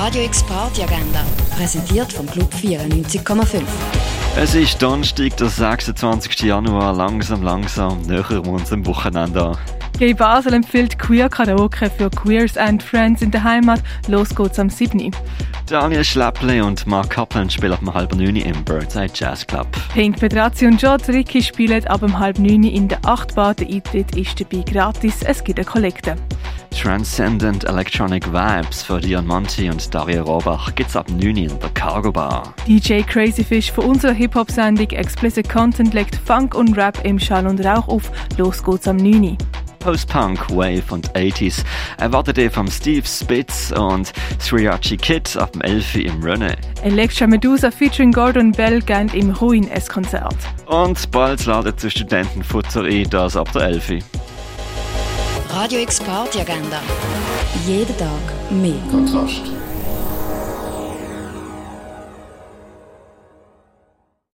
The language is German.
Radio X Party Agenda, präsentiert vom Club 94,5. Es ist Donnerstag, der 26. Januar, langsam nähern wir uns am Wochenende an. Gay Basel empfiehlt Queer Karaoke für Queers and Friends in der Heimat. Los geht's am 7. Daniel Schläpple und Mark Kaplan spielen ab 8:30 im Birdside Jazz Club. Pink Pedrazzi und George Ricky spielen ab 8:30 in der 8 Bar. Der Eintritt ist dabei gratis. Es gibt eine Kollekte. Transcendent Electronic Vibes für Dion Monti und Daria Rohrbach gibt's ab 9 in der Cargo Bar. DJ Crazyfish von unserer Hip-Hop-Sendung Explicit Content legt Funk und Rap im Schall und Rauch auf. Los geht's am 9. Post-Punk, Wave und 80s erwartet ihr vom Steve Spitz und Sriachi Kid ab 11 im Rennen. Electra Medusa featuring Gordon Bell gehen im Ruin ein Konzert. Und bald ladet zu Studentenfutter ein, das ab der 11. Radio X Party Agenda. Jeden Tag mehr. Kontrast.